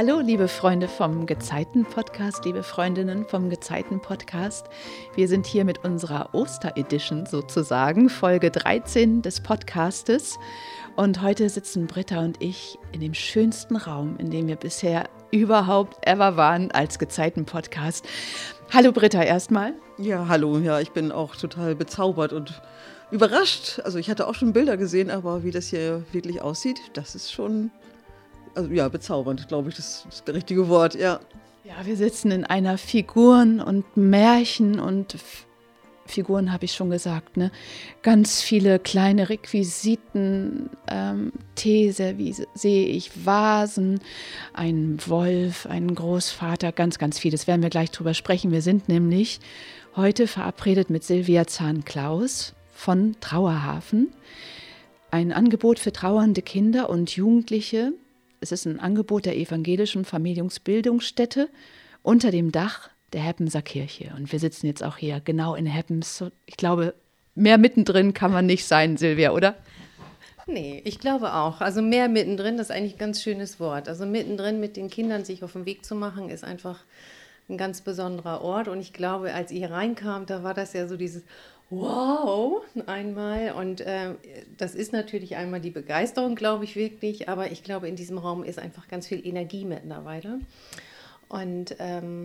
Hallo, liebe Freunde vom Gezeiten-Podcast, liebe Freundinnen vom Gezeiten-Podcast. Wir sind hier mit unserer Oster-Edition sozusagen, Folge 13 des Podcastes. Und heute sitzen Britta und ich in dem schönsten Raum, in dem wir bisher überhaupt ever waren als Gezeiten-Podcast. Hallo Britta erstmal. Ja, hallo. Ja, ich bin auch total bezaubert und überrascht. Also ich hatte auch schon Bilder gesehen, aber wie das hier wirklich aussieht, das ist schon... Also ja, bezaubernd, glaube ich, das ist das richtige Wort, ja. Ja, wir sitzen in einer Figuren- und Märchen- und Figuren, habe ich schon gesagt, ne? Ganz viele kleine Requisiten, Teeservice sehe ich, Vasen, einen Wolf, einen Großvater, ganz, ganz viel. Das werden wir gleich drüber sprechen. Wir sind nämlich heute verabredet mit Silvia Zahn-Klaus von Trauerhafen. Ein Angebot für trauernde Kinder und Jugendliche. Es ist ein Angebot der evangelischen Familienbildungsstätte unter dem Dach der Heppenser Kirche. Und wir sitzen jetzt auch hier genau in Heppens. Ich glaube, mehr mittendrin kann man nicht sein, Silvia, oder? Nee, ich glaube auch. Also mehr mittendrin, das ist eigentlich ein ganz schönes Wort. Also mittendrin mit den Kindern sich auf den Weg zu machen, ist einfach ein ganz besonderer Ort. Und ich glaube, als ich hier reinkam, da war das ja so dieses Wow einmal. Und das ist natürlich einmal die Begeisterung, glaube ich wirklich. Aber ich glaube, in diesem Raum ist einfach ganz viel Energie mittlerweile. Und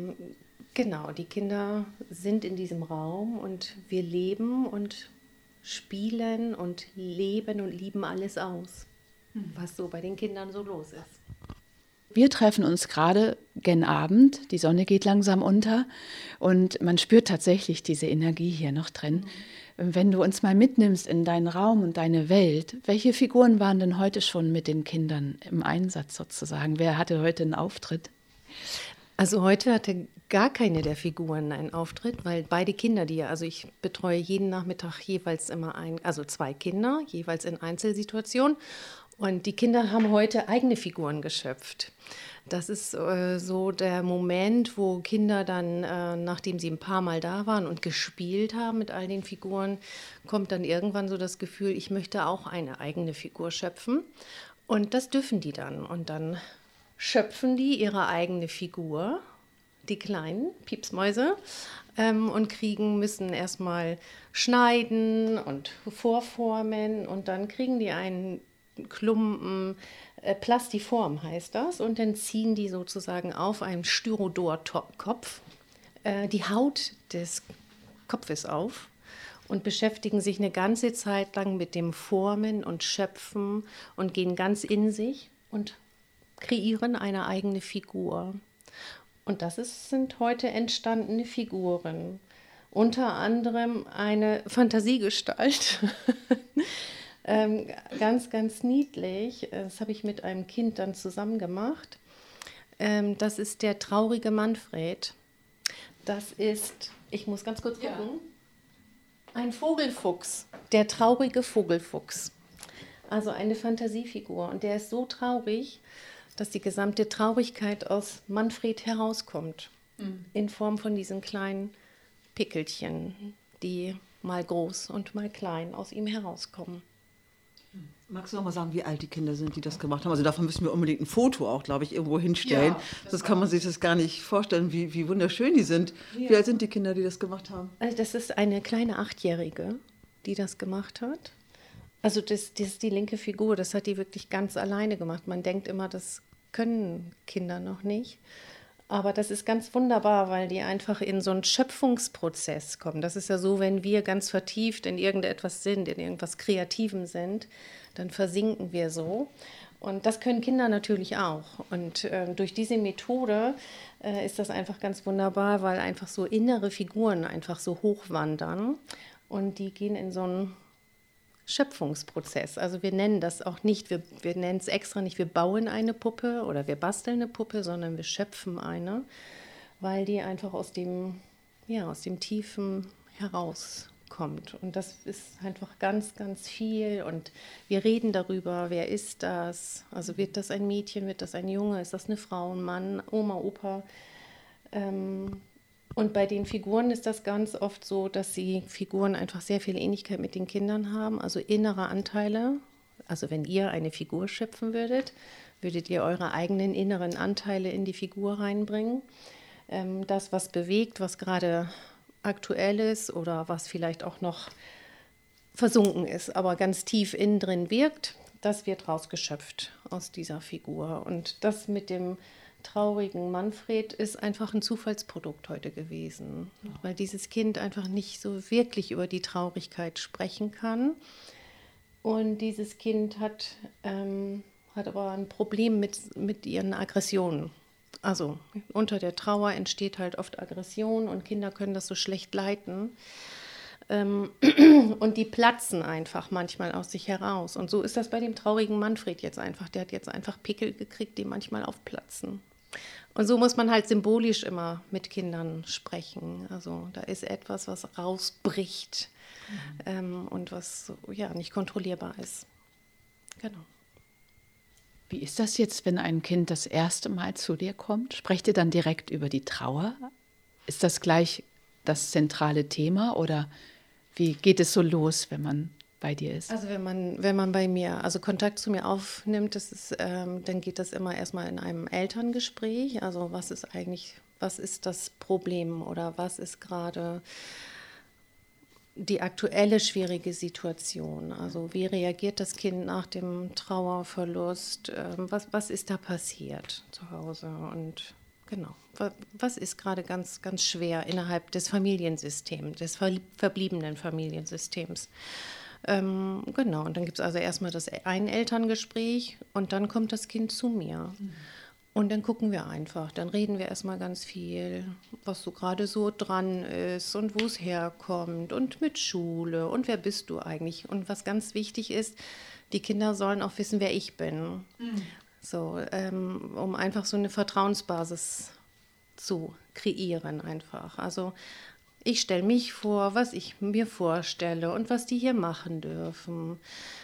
genau, die Kinder sind in diesem Raum und wir leben und spielen und leben und lieben alles aus, was so bei den Kindern so los ist. Wir treffen uns gerade gen Abend, die Sonne geht langsam unter und man spürt tatsächlich diese Energie hier noch drin. Wenn du uns mal mitnimmst in deinen Raum und deine Welt, welche Figuren waren denn heute schon mit den Kindern im Einsatz sozusagen? Wer hatte heute einen Auftritt? Also heute hatte gar keine der Figuren einen Auftritt, weil beide Kinder, also ich betreue jeden Nachmittag jeweils immer also 2 Kinder, jeweils in Einzelsituationen. Und die Kinder haben heute eigene Figuren geschöpft. Das ist so der Moment, wo Kinder dann, nachdem sie ein paar Mal da waren und gespielt haben mit all den Figuren, kommt dann irgendwann so das Gefühl, ich möchte auch eine eigene Figur schöpfen. Und das dürfen die dann. Und dann schöpfen die ihre eigene Figur, die kleinen Piepsmäuse, und müssen erstmal schneiden und vorformen und dann kriegen die einen Klumpen, Plastiform heißt das, und dann ziehen die sozusagen auf einem Styrodor-Kopf die Haut des Kopfes auf und beschäftigen sich eine ganze Zeit lang mit dem Formen und Schöpfen und gehen ganz in sich und kreieren eine eigene Figur. Und sind heute entstandene Figuren. Unter anderem eine Fantasiegestalt. Ganz, ganz niedlich. Das habe ich mit einem Kind dann zusammen gemacht. Das ist der traurige Manfred. Das ist, ich muss ganz kurz gucken, ein Vogelfuchs. Der traurige Vogelfuchs. Also eine Fantasiefigur. Und der ist so traurig, dass die gesamte Traurigkeit aus Manfred herauskommt. In Form von diesen kleinen Pickelchen, die mal groß und mal klein aus ihm herauskommen. Magst du noch mal sagen, wie alt die Kinder sind, die das gemacht haben? Also davon müssen wir unbedingt ein Foto auch, glaube ich, irgendwo hinstellen. Ja, sonst kann man sich das gar nicht vorstellen, wie wunderschön die sind. Ja. Wie alt sind die Kinder, die das gemacht haben? Also das ist eine kleine 8-Jährige, die das gemacht hat. Also das ist die linke Figur, das hat die wirklich ganz alleine gemacht. Man denkt immer, das können Kinder noch nicht. Aber das ist ganz wunderbar, weil die einfach in so einen Schöpfungsprozess kommen. Das ist ja so, wenn wir ganz vertieft in irgendetwas sind, in irgendwas Kreativem sind, dann versinken wir so. Und das können Kinder natürlich auch. Und durch diese Methode ist das einfach ganz wunderbar, weil einfach so innere Figuren einfach so hochwandern und die gehen in so einen Schöpfungsprozess. Also wir nennen das auch nicht, wir nennen es extra nicht, wir bauen eine Puppe oder wir basteln eine Puppe, sondern wir schöpfen eine, weil die einfach aus dem Tiefen herauskommt. Und das ist einfach ganz, ganz viel. Und wir reden darüber, wer ist das? Also wird das ein Mädchen, wird das ein Junge, ist das eine Frau, ein Mann, Oma, Opa? Und bei den Figuren ist das ganz oft so, dass die Figuren einfach sehr viel Ähnlichkeit mit den Kindern haben, also innere Anteile. Also wenn ihr eine Figur schöpfen würdet, würdet ihr eure eigenen inneren Anteile in die Figur reinbringen. Das, was bewegt, was gerade aktuell ist oder was vielleicht auch noch versunken ist, aber ganz tief innen drin wirkt, das wird rausgeschöpft aus dieser Figur. Und das mit dem traurigen Manfred ist einfach ein Zufallsprodukt heute gewesen, weil dieses Kind einfach nicht so wirklich über die Traurigkeit sprechen kann. Und dieses Kind hat aber ein Problem mit ihren Aggressionen. Also unter der Trauer entsteht halt oft Aggression und Kinder können das so schlecht leiten. Und die platzen einfach manchmal aus sich heraus. Und so ist das bei dem traurigen Manfred jetzt einfach. Der hat jetzt einfach Pickel gekriegt, die manchmal aufplatzen. Und so muss man halt symbolisch immer mit Kindern sprechen. Also da ist etwas, was rausbricht und was ja nicht kontrollierbar ist. Genau. Wie ist das jetzt, wenn ein Kind das erste Mal zu dir kommt? Sprecht ihr dann direkt über die Trauer? Ist das gleich das zentrale Thema oder wie geht es so los, wenn man bei dir ist? Also wenn man bei mir, also Kontakt zu mir aufnimmt, dann geht das immer erstmal in einem Elterngespräch. Also was ist das Problem oder was ist gerade die aktuelle schwierige Situation? Also wie reagiert das Kind nach dem Trauerverlust? Was ist da passiert zu Hause? Und genau, was ist gerade ganz, ganz schwer innerhalb des Familiensystems, des verbliebenen Familiensystems? Genau, und dann gibt es also erstmal das Einelterngespräch und dann kommt das Kind zu mir. Und dann gucken wir einfach, dann reden wir erstmal ganz viel, was so gerade so dran ist und wo es herkommt und mit Schule und wer bist du eigentlich. Und was ganz wichtig ist, die Kinder sollen auch wissen, wer ich bin. So, um einfach so eine Vertrauensbasis zu kreieren einfach. Also ich stelle mich vor, was ich mir vorstelle und was die hier machen dürfen.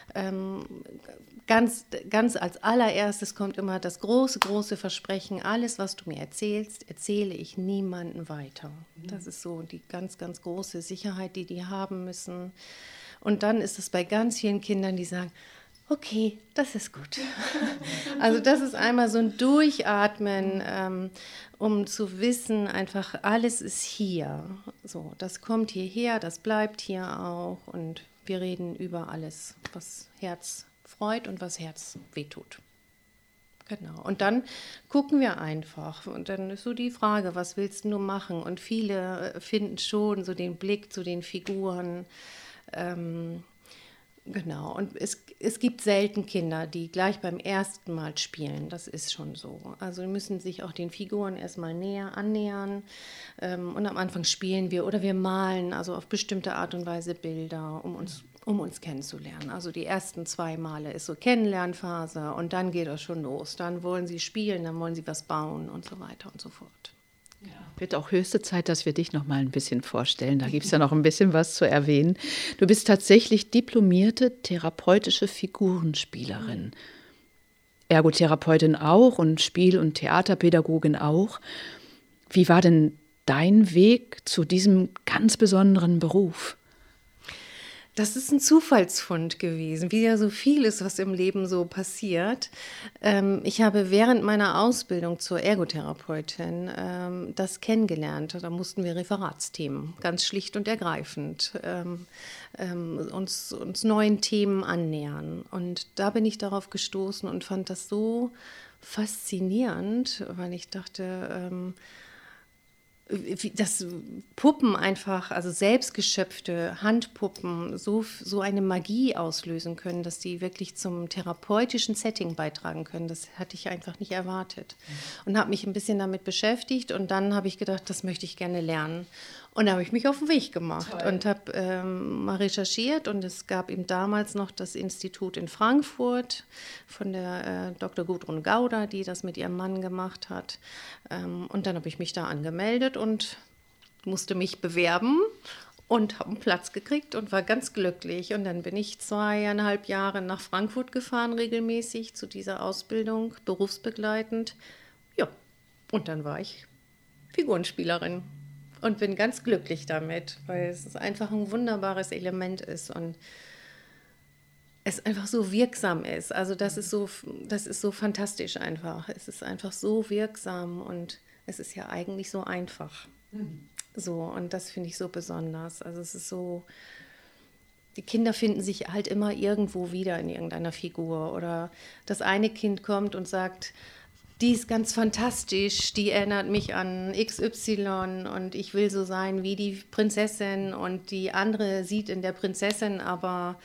Ganz als allererstes kommt immer das große Versprechen, alles, was du mir erzählst, erzähle ich niemandem weiter. Das ist so die ganz, ganz große Sicherheit, die haben müssen. Und dann ist es bei ganz vielen Kindern, die sagen, okay, das ist gut. Also das ist einmal so ein Durchatmen, um zu wissen, einfach alles ist hier. So, das kommt hierher, das bleibt hier auch und wir reden über alles, was Herz freut und was Herz wehtut. Genau. Und dann gucken wir einfach und dann ist so die Frage, was willst du machen? Und viele finden schon so den Blick zu den Figuren. Genau, und es gibt selten Kinder, die gleich beim ersten Mal spielen, das ist schon so. Also die müssen sich auch den Figuren erstmal näher annähern und am Anfang spielen wir oder wir malen, also auf bestimmte Art und Weise Bilder, um uns kennenzulernen. Also die ersten 2 Male ist so Kennenlernphase und dann geht das schon los. Dann wollen sie spielen, dann wollen sie was bauen und so weiter und so fort. Ja. Wird auch höchste Zeit, dass wir dich noch mal ein bisschen vorstellen. Da gibt es ja noch ein bisschen was zu erwähnen. Du bist tatsächlich diplomierte therapeutische Figurenspielerin. Ergotherapeutin auch und Spiel- und Theaterpädagogin auch. Wie war denn dein Weg zu diesem ganz besonderen Beruf? Das ist ein Zufallsfund gewesen, wie ja so vieles, was im Leben so passiert. Ich habe während meiner Ausbildung zur Ergotherapeutin das kennengelernt. Da mussten wir Referatsthemen, ganz schlicht und ergreifend, uns neuen Themen annähern. Und da bin ich darauf gestoßen und fand das so faszinierend, weil ich dachte, dass Puppen einfach, also selbstgeschöpfte Handpuppen, so eine Magie auslösen können, dass die wirklich zum therapeutischen Setting beitragen können. Das hatte ich einfach nicht erwartet. Und habe mich ein bisschen damit beschäftigt und dann habe ich gedacht, das möchte ich gerne lernen. Und da habe ich mich auf den Weg gemacht. Toll. Und habe mal recherchiert und es gab eben damals noch das Institut in Frankfurt von der Dr. Gudrun Gauder, die das mit ihrem Mann gemacht hat. Und dann habe ich mich da angemeldet und musste mich bewerben und habe einen Platz gekriegt und war ganz glücklich. Und dann bin ich 2,5 Jahre nach Frankfurt gefahren, regelmäßig zu dieser Ausbildung, berufsbegleitend. Ja, und dann war ich Figurenspielerin. Und bin ganz glücklich damit, weil es einfach ein wunderbares Element ist. Und es einfach so wirksam ist. Also das ist so fantastisch einfach. Es ist einfach so wirksam und es ist ja eigentlich so einfach. So, und das finde ich so besonders. Also es ist so, die Kinder finden sich halt immer irgendwo wieder in irgendeiner Figur. Oder das eine Kind kommt und sagt, die ist ganz fantastisch, die erinnert mich an XY und ich will so sein wie die Prinzessin. Und die andere sieht in der Prinzessin aber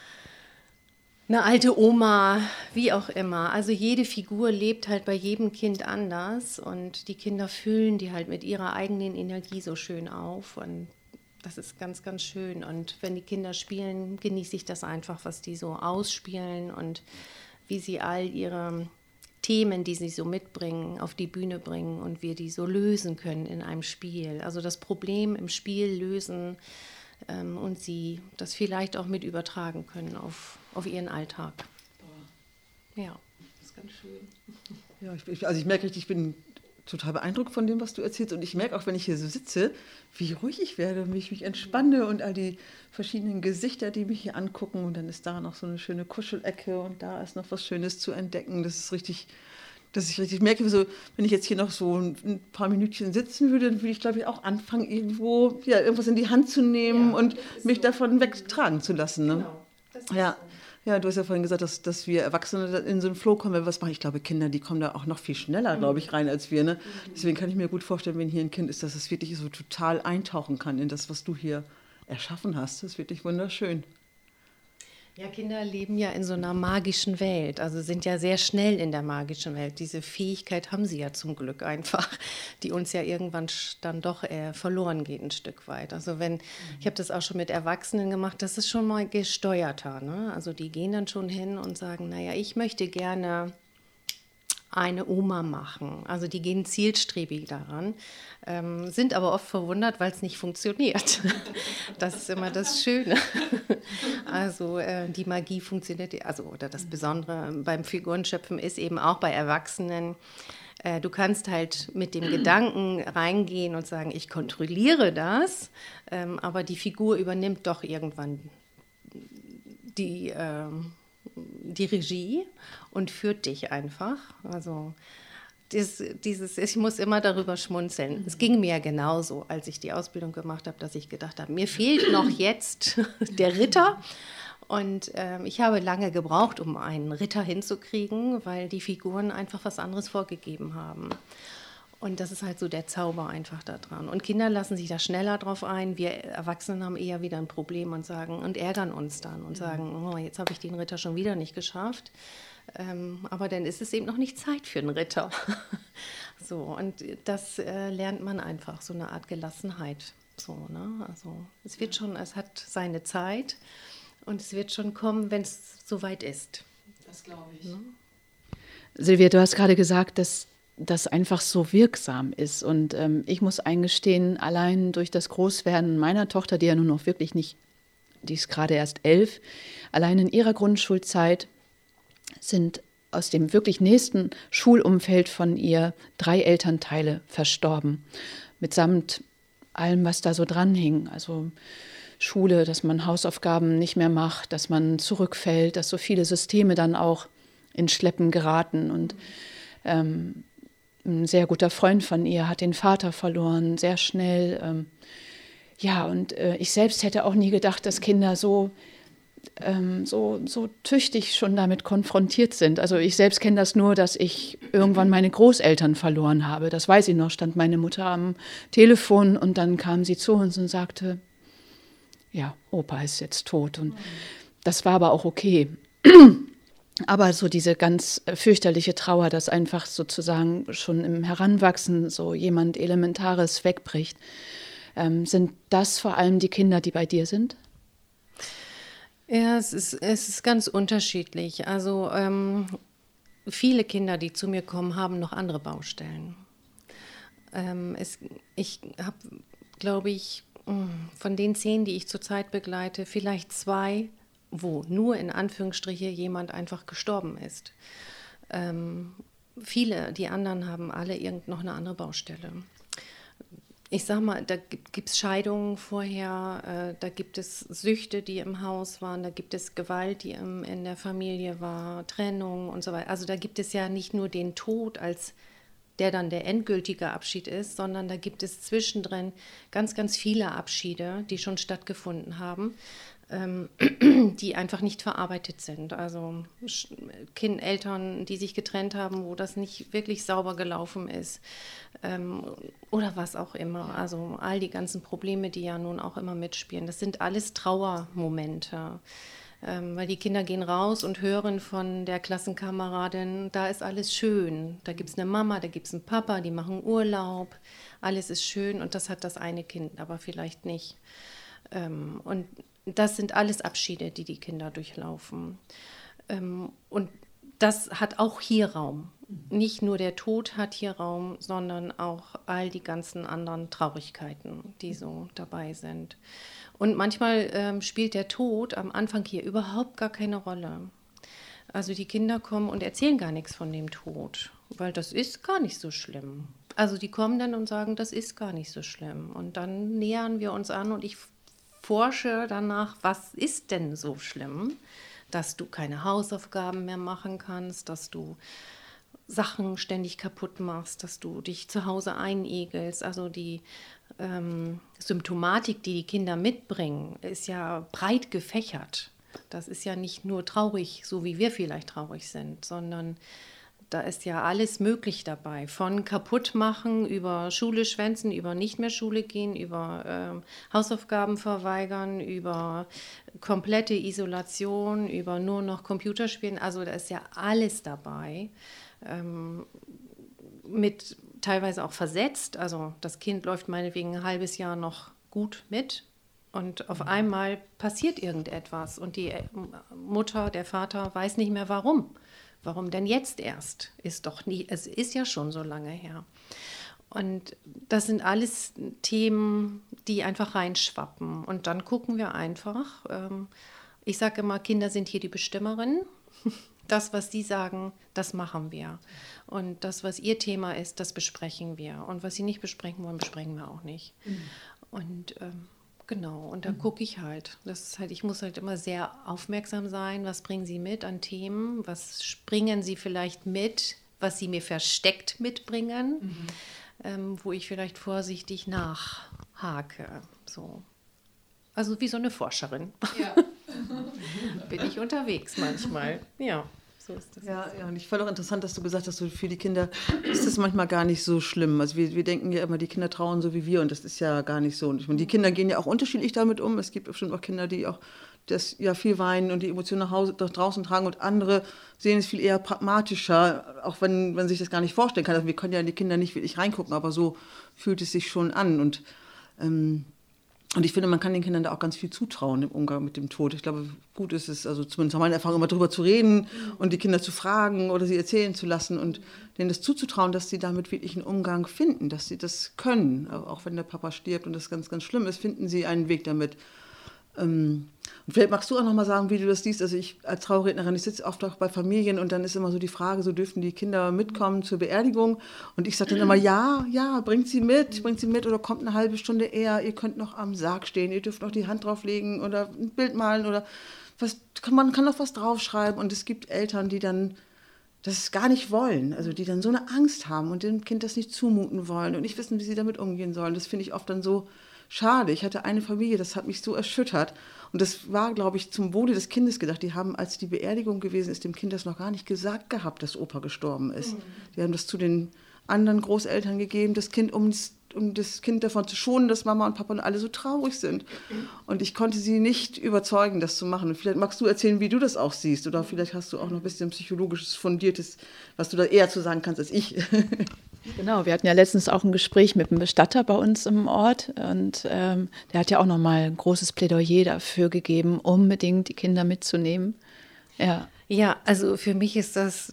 eine alte Oma, wie auch immer. Also jede Figur lebt halt bei jedem Kind anders und die Kinder füllen die halt mit ihrer eigenen Energie so schön auf und das ist ganz, ganz schön. Und wenn die Kinder spielen, genieße ich das einfach, was die so ausspielen und wie sie all ihre Themen, die sie so mitbringen, auf die Bühne bringen und wir die so lösen können in einem Spiel. Also das Problem im Spiel lösen und sie das vielleicht auch mit übertragen können auf ihren Alltag. Ja, das ist ganz schön. Ja, ich merke richtig, ich bin total beeindruckt von dem, was du erzählst. Und ich merke auch, wenn ich hier so sitze, wie ruhig ich werde und wie ich mich entspanne und all die verschiedenen Gesichter, die mich hier angucken. Und dann ist da noch so eine schöne Kuschelecke und da ist noch was Schönes zu entdecken. Das ist richtig, dass ich richtig merke, so, wenn ich jetzt hier noch so ein paar Minütchen sitzen würde, dann würde ich, glaube ich, auch anfangen, irgendwas in die Hand zu nehmen und mich so davon wegtragen zu lassen. Ne? Genau, das ist ja. So. Ja, du hast ja vorhin gesagt, dass wir Erwachsene in so einen Flow kommen, wenn wir was machen. Ich glaube, Kinder, die kommen da auch noch viel schneller, glaube ich, rein als wir. Ne? Deswegen kann ich mir gut vorstellen, wenn hier ein Kind ist, dass es wirklich so total eintauchen kann in das, was du hier erschaffen hast. Das ist wirklich wunderschön. Ja, Kinder leben ja in so einer magischen Welt, also sind ja sehr schnell in der magischen Welt. Diese Fähigkeit haben sie ja zum Glück einfach, die uns ja irgendwann dann doch verloren geht ein Stück weit. Also ich habe das auch schon mit Erwachsenen gemacht, das ist schon mal gesteuerter, ne? Also die gehen dann schon hin und sagen, naja, ich möchte gerne eine Oma machen. Also die gehen zielstrebig daran, sind aber oft verwundert, weil es nicht funktioniert. Das ist immer das Schöne. Also die Magie funktioniert, oder das Besondere beim Figurenschöpfen ist eben auch bei Erwachsenen, du kannst halt mit dem Gedanken reingehen und sagen, ich kontrolliere das, aber die Figur übernimmt doch irgendwann die Regie und führt dich einfach. Also ich muss immer darüber schmunzeln. Es ging mir genauso, als ich die Ausbildung gemacht habe, dass ich gedacht habe, mir fehlt noch jetzt der Ritter. Und ich habe lange gebraucht, um einen Ritter hinzukriegen, weil die Figuren einfach was anderes vorgegeben haben. Und das ist halt so der Zauber einfach da dran. Und Kinder lassen sich da schneller drauf ein. Wir Erwachsenen haben eher wieder ein Problem und ärgern uns dann und sagen, oh, jetzt habe ich den Ritter schon wieder nicht geschafft. Aber dann ist es eben noch nicht Zeit für einen Ritter. So, und das lernt man einfach, so eine Art Gelassenheit. So, ne? Also es hat seine Zeit und es wird schon kommen, wenn es soweit ist. Das glaube ich. Ne? Silvia, du hast gerade gesagt, dass das einfach so wirksam ist. Und ich muss eingestehen, allein durch das Großwerden meiner Tochter, die ja nun noch wirklich nicht, die ist gerade erst 11, allein in ihrer Grundschulzeit sind aus dem wirklich nächsten Schulumfeld von ihr 3 Elternteile verstorben. Mitsamt allem, was da so dran hing. Also Schule, dass man Hausaufgaben nicht mehr macht, dass man zurückfällt, dass so viele Systeme dann auch ins Schleppen geraten. Und ein sehr guter Freund von ihr hat den Vater verloren, sehr schnell. Ich selbst hätte auch nie gedacht, dass Kinder so tüchtig schon damit konfrontiert sind. Also ich selbst kenne das nur, dass ich irgendwann meine Großeltern verloren habe. Das weiß ich noch, stand meine Mutter am Telefon und dann kam sie zu uns und sagte, ja, Opa ist jetzt tot. Und das war aber auch okay. Aber so diese ganz fürchterliche Trauer, dass einfach sozusagen schon im Heranwachsen so jemand Elementares wegbricht. Sind das vor allem die Kinder, die bei dir sind? Ja, es ist ganz unterschiedlich. Also viele Kinder, die zu mir kommen, haben noch andere Baustellen. Ich habe, glaube ich, von den 10, die ich zurzeit begleite, vielleicht 2, wo nur in Anführungsstriche jemand einfach gestorben ist. Die anderen haben alle noch eine andere Baustelle. ich sag mal, da gibt es Scheidungen vorher, da gibt es Süchte, die im Haus waren, da gibt es Gewalt, die in der Familie war, Trennung und so weiter. Also da gibt es ja nicht nur den Tod als der dann der endgültige Abschied ist, sondern da gibt es zwischendrin ganz, ganz viele Abschiede, die schon stattgefunden haben, die einfach nicht verarbeitet sind. Also Eltern, die sich getrennt haben, wo das nicht wirklich sauber gelaufen ist, oder was auch immer. Also all die ganzen Probleme, die ja nun auch immer mitspielen, das sind alles Trauermomente. Weil die Kinder gehen raus und hören von der Klassenkameradin, da ist alles schön. Da gibt es eine Mama, da gibt es einen Papa, die machen Urlaub, alles ist schön und das hat das eine Kind, aber vielleicht nicht. Und das sind alles Abschiede, die die Kinder durchlaufen. Und das hat auch hier Raum. Nicht nur der Tod hat hier Raum, sondern auch all die ganzen anderen Traurigkeiten, die so dabei sind. Und manchmal spielt der Tod am Anfang hier überhaupt gar keine Rolle. Also die Kinder kommen und erzählen gar nichts von dem Tod, weil das ist gar nicht so schlimm. Also die kommen dann und sagen, das ist gar nicht so schlimm. Und dann nähern wir uns an und ich forsche danach, was ist denn so schlimm, dass du keine Hausaufgaben mehr machen kannst, dass du Sachen ständig kaputt machst, dass du dich zu Hause einigelst. Also die Symptomatik, die die Kinder mitbringen, ist ja breit gefächert. Das ist ja nicht nur traurig, so wie wir vielleicht traurig sind, sondern da ist ja alles möglich dabei. Von Kaputtmachen, über Schule schwänzen, über nicht mehr Schule gehen, über Hausaufgaben verweigern, über komplette Isolation, über nur noch Computerspielen. Also da ist ja alles dabei. Mit teilweise auch versetzt. Also das Kind läuft meinetwegen ein halbes Jahr noch gut mit und auf einmal passiert irgendetwas und die Mutter, der Vater weiß nicht mehr warum. Warum denn jetzt erst? Es ist ja schon so lange her. Und das sind alles Themen, die einfach reinschwappen. Und dann gucken wir einfach. Ich sage immer, Kinder sind hier die Bestimmerin. Das, was sie sagen, das machen wir. Und das, was ihr Thema ist, das besprechen wir. Und was sie nicht besprechen wollen, besprechen wir auch nicht. Und genau, und da gucke ich halt. Das ist halt. Ich muss halt immer sehr aufmerksam sein. Was bringen sie mit an Themen? Was springen sie vielleicht mit, was sie mir versteckt mitbringen, wo ich vielleicht vorsichtig nachhake. So. Also wie so eine Forscherin. Ja. Bin ich unterwegs manchmal. Ja, so ist das. Ja, und ich fand auch interessant, dass du gesagt hast, so für die Kinder ist das manchmal gar nicht so schlimm. Also wir denken ja immer, die Kinder trauern so wie wir und das ist ja gar nicht so. Und ich meine, die Kinder gehen ja auch unterschiedlich damit um. Es gibt bestimmt auch Kinder, die auch das ja viel weinen und die Emotionen nach draußen tragen und andere sehen es viel eher pragmatischer, auch wenn man sich das gar nicht vorstellen kann. Also wir können ja in die Kinder nicht wirklich reingucken, aber so fühlt es sich schon an. Und ich finde, man kann den Kindern da auch ganz viel zutrauen im Umgang mit dem Tod. Ich glaube, gut ist es, also zumindest nach meiner Erfahrung, immer darüber zu reden und die Kinder zu fragen oder sie erzählen zu lassen und denen das zuzutrauen, dass sie damit wirklich einen Umgang finden, dass sie das können. Auch wenn der Papa stirbt und das ganz, ganz schlimm ist, finden sie einen Weg damit. Und vielleicht magst du auch noch mal sagen, wie du das siehst. Also ich als Trauerrednerin, ich sitze oft auch bei Familien und dann ist immer so die Frage, so dürfen die Kinder mitkommen zur Beerdigung? Und ich sage dann immer, ja, bringt sie mit oder kommt eine halbe Stunde eher, ihr könnt noch am Sarg stehen, ihr dürft noch die Hand drauflegen oder ein Bild malen oder man kann noch was draufschreiben. Und es gibt Eltern, die dann das gar nicht wollen, also die dann so eine Angst haben und dem Kind das nicht zumuten wollen und nicht wissen, wie sie damit umgehen sollen. Das finde ich oft dann so schade. Ich hatte eine Familie, das hat mich so erschüttert. Und das war, glaube ich, zum Wohle des Kindes gedacht. Die haben, als die Beerdigung gewesen ist, dem Kind das noch gar nicht gesagt gehabt, dass Opa gestorben ist. Die haben das zu den anderen Großeltern gegeben, das Kind, um das Kind davon zu schonen, dass Mama und Papa und alle so traurig sind. Und ich konnte sie nicht überzeugen, das zu machen. Und vielleicht magst du erzählen, wie du das auch siehst. Oder vielleicht hast du auch noch ein bisschen psychologisches, fundiertes, was du da eher zu sagen kannst als ich. Genau, wir hatten ja letztens auch ein Gespräch mit einem Bestatter bei uns im Ort und der hat ja auch nochmal ein großes Plädoyer dafür gegeben, unbedingt die Kinder mitzunehmen. Ja. Ja, also für mich ist das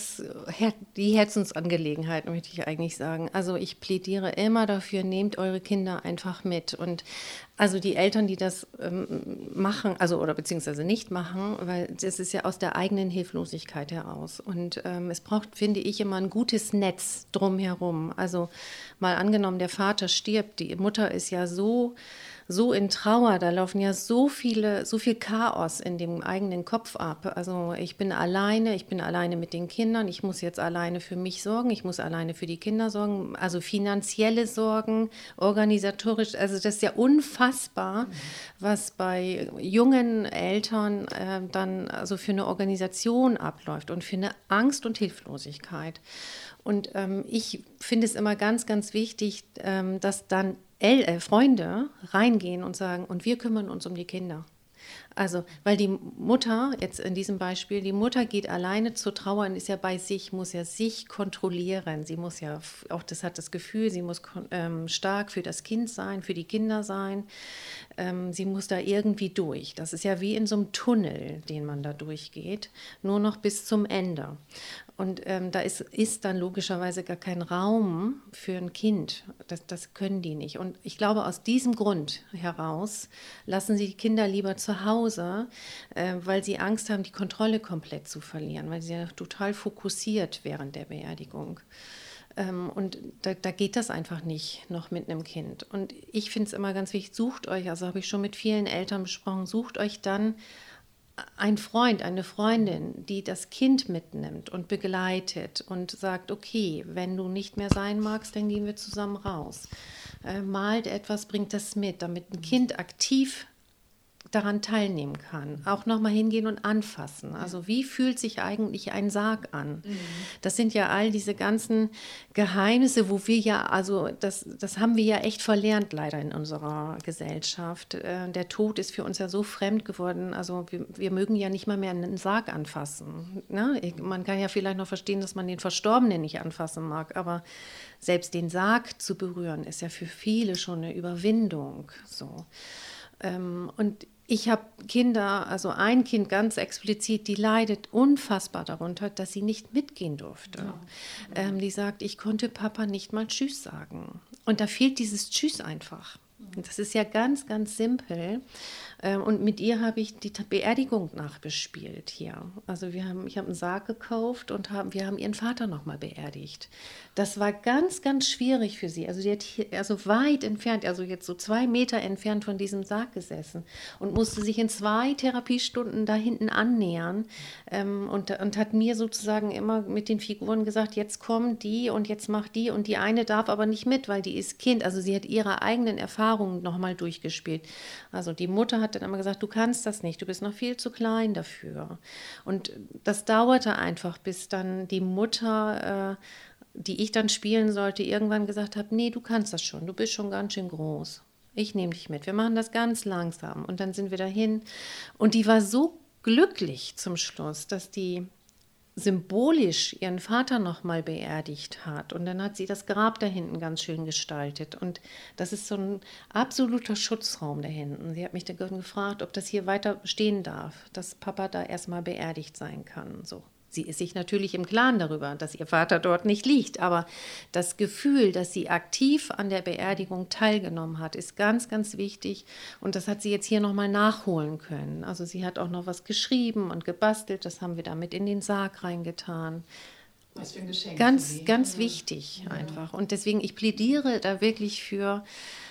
die Herzensangelegenheit, möchte ich eigentlich sagen. Also ich plädiere immer dafür, nehmt eure Kinder einfach mit. Und also die Eltern, die das machen, also oder beziehungsweise nicht machen, weil das ist ja aus der eigenen Hilflosigkeit heraus. Und es braucht, finde ich, immer ein gutes Netz drumherum. Also mal angenommen, der Vater stirbt, die Mutter ist ja so in Trauer, da laufen ja so viel Chaos in dem eigenen Kopf ab. Also ich bin alleine mit den Kindern, ich muss jetzt alleine für mich sorgen, ich muss alleine für die Kinder sorgen, also finanzielle Sorgen, organisatorisch, also das ist ja unfassbar, was bei jungen Eltern dann also für eine Organisation abläuft und für eine Angst und Hilflosigkeit. Und ich finde es immer ganz, ganz wichtig, dass dann Freunde reingehen und sagen, und wir kümmern uns um die Kinder. Also, weil die Mutter, jetzt in diesem Beispiel, die Mutter geht alleine zur Trauer und ist ja bei sich, muss ja sich kontrollieren. Sie muss ja auch, das hat das Gefühl, sie muss stark für das Kind sein, für die Kinder sein. Sie muss da irgendwie durch. Das ist ja wie in so einem Tunnel, den man da durchgeht, nur noch bis zum Ende. Und da ist dann logischerweise gar kein Raum für ein Kind. Das können die nicht. Und ich glaube, aus diesem Grund heraus lassen sie die Kinder lieber zu Hause, weil sie Angst haben, die Kontrolle komplett zu verlieren, weil sie ja total fokussiert während der Beerdigung. Und da geht das einfach nicht noch mit einem Kind. Und ich finde es immer ganz wichtig, sucht euch, also habe ich schon mit vielen Eltern besprochen, sucht euch dann ein Freund, eine Freundin, die das Kind mitnimmt und begleitet und sagt, okay, wenn du nicht mehr sein magst, dann gehen wir zusammen raus. Malt etwas, bringt das mit, damit ein Kind aktiv daran teilnehmen kann. Auch nochmal hingehen und anfassen. Also wie fühlt sich eigentlich ein Sarg an? Das sind ja all diese ganzen Geheimnisse, wo wir ja, also das haben wir ja echt verlernt leider in unserer Gesellschaft. Der Tod ist für uns ja so fremd geworden. Also wir mögen ja nicht mal mehr einen Sarg anfassen. Ne? Man kann ja vielleicht noch verstehen, dass man den Verstorbenen nicht anfassen mag, aber selbst den Sarg zu berühren, ist ja für viele schon eine Überwindung. So. Und ich habe Kinder, also ein Kind ganz explizit, die leidet unfassbar darunter, dass sie nicht mitgehen durfte. Ja. Die sagt, ich konnte Papa nicht mal Tschüss sagen. Und da fehlt dieses Tschüss einfach. Das ist ja ganz, ganz simpel. Und mit ihr habe ich die Beerdigung nachgespielt hier. Also ich habe einen Sarg gekauft und wir haben ihren Vater nochmal beerdigt. Das war ganz, ganz schwierig für sie. Also sie hat hier, also weit entfernt, also jetzt so 2 Meter entfernt von diesem Sarg gesessen und musste sich in 2 Therapiestunden da hinten annähern und hat mir sozusagen immer mit den Figuren gesagt, jetzt kommen die und jetzt macht die und die eine darf aber nicht mit, weil die ist Kind. Also sie hat ihre eigenen Erfahrungen nochmal durchgespielt. Also die Mutter hat dann immer gesagt, du kannst das nicht, du bist noch viel zu klein dafür. Und das dauerte einfach, bis dann die Mutter, die ich dann spielen sollte, irgendwann gesagt hat, nee, du kannst das schon, du bist schon ganz schön groß. Ich nehme dich mit, wir machen das ganz langsam. Und dann sind wir dahin. Und die war so glücklich zum Schluss, dass die symbolisch ihren Vater nochmal beerdigt hat. Und dann hat sie das Grab da hinten ganz schön gestaltet. Und das ist so ein absoluter Schutzraum da hinten. Sie hat mich dann gefragt, ob das hier weiter stehen darf, dass Papa da erstmal beerdigt sein kann. So. Sie ist sich natürlich im Klaren darüber, dass ihr Vater dort nicht liegt, aber das Gefühl, dass sie aktiv an der Beerdigung teilgenommen hat, ist ganz, ganz wichtig und das hat sie jetzt hier nochmal nachholen können. Also sie hat auch noch was geschrieben und gebastelt, das haben wir damit in den Sarg reingetan. Was für ein Geschenk. Ganz, ganz wichtig einfach und deswegen, ich plädiere da wirklich für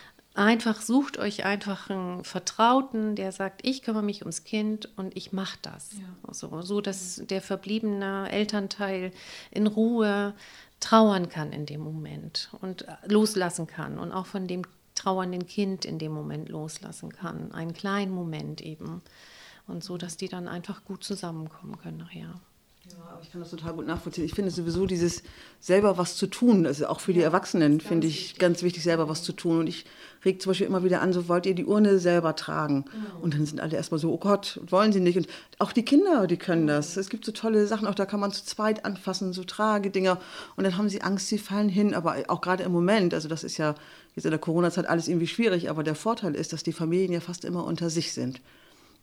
sucht euch einfach einen Vertrauten, der sagt, ich kümmere mich ums Kind und ich mache das. Ja. So, dass der verbliebene Elternteil in Ruhe trauern kann in dem Moment und loslassen kann und auch von dem trauernden Kind in dem Moment loslassen kann. Einen kleinen Moment eben. Und so, dass die dann einfach gut zusammenkommen können nachher. Ja, ich kann das total gut nachvollziehen. Ich finde sowieso dieses selber was zu tun, also auch für die Erwachsenen finde ich ganz wichtig, selber was zu tun. Und ich rege zum Beispiel immer wieder an, so wollt ihr die Urne selber tragen? Und dann sind alle erstmal so, oh Gott, wollen sie nicht. Und auch die Kinder, die können das. Es gibt so tolle Sachen, auch da kann man zu zweit anfassen, so Tragedinger. Und dann haben sie Angst, sie fallen hin. Aber auch gerade im Moment, also das ist ja jetzt in der Corona-Zeit alles irgendwie schwierig, aber der Vorteil ist, dass die Familien ja fast immer unter sich sind.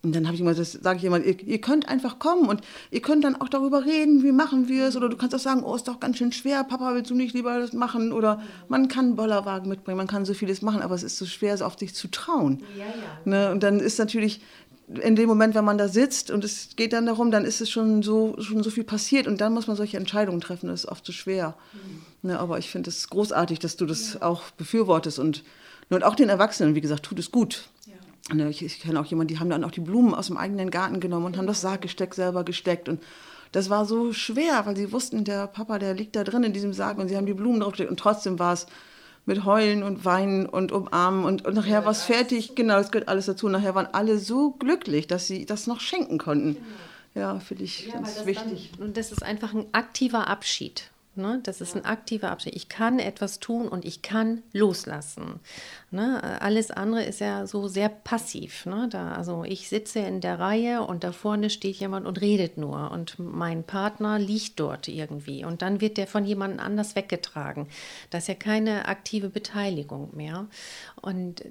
Und dann sage ich immer, ihr könnt einfach kommen und ihr könnt dann auch darüber reden, wie machen wir es. Oder du kannst auch sagen, oh, ist doch ganz schön schwer, Papa, willst du nicht lieber das machen? Oder man kann einen Bollerwagen mitbringen, man kann so vieles machen, aber es ist so schwer, es auf sich zu trauen. Ja. Ne? Und dann ist natürlich in dem Moment, wenn man da sitzt und es geht dann darum, dann ist es schon so viel passiert und dann muss man solche Entscheidungen treffen, das ist oft so schwer. Ne? Aber ich finde es großartig, dass du das auch befürwortest und auch den Erwachsenen, wie gesagt, tut es gut. Ich kenne auch jemanden, die haben dann auch die Blumen aus dem eigenen Garten genommen und haben das Sarggesteck selber gesteckt. Und das war so schwer, weil sie wussten, der Papa, der liegt da drin in diesem Sarg und sie haben die Blumen draufgesteckt. Und trotzdem war es mit Heulen und Weinen und Umarmen und nachher war es fertig. Genau, das gehört alles dazu. Und nachher waren alle so glücklich, dass sie das noch schenken konnten. Ja, finde ich ganz wichtig. Und das ist einfach ein aktiver Abschied. Ne? Das ist ein aktiver Abschied. Ich kann etwas tun und ich kann loslassen. Ne? Alles andere ist ja so sehr passiv. Ne? Also ich sitze in der Reihe und da vorne steht jemand und redet nur und mein Partner liegt dort irgendwie und dann wird der von jemand anders weggetragen. Das ist ja keine aktive Beteiligung mehr. Und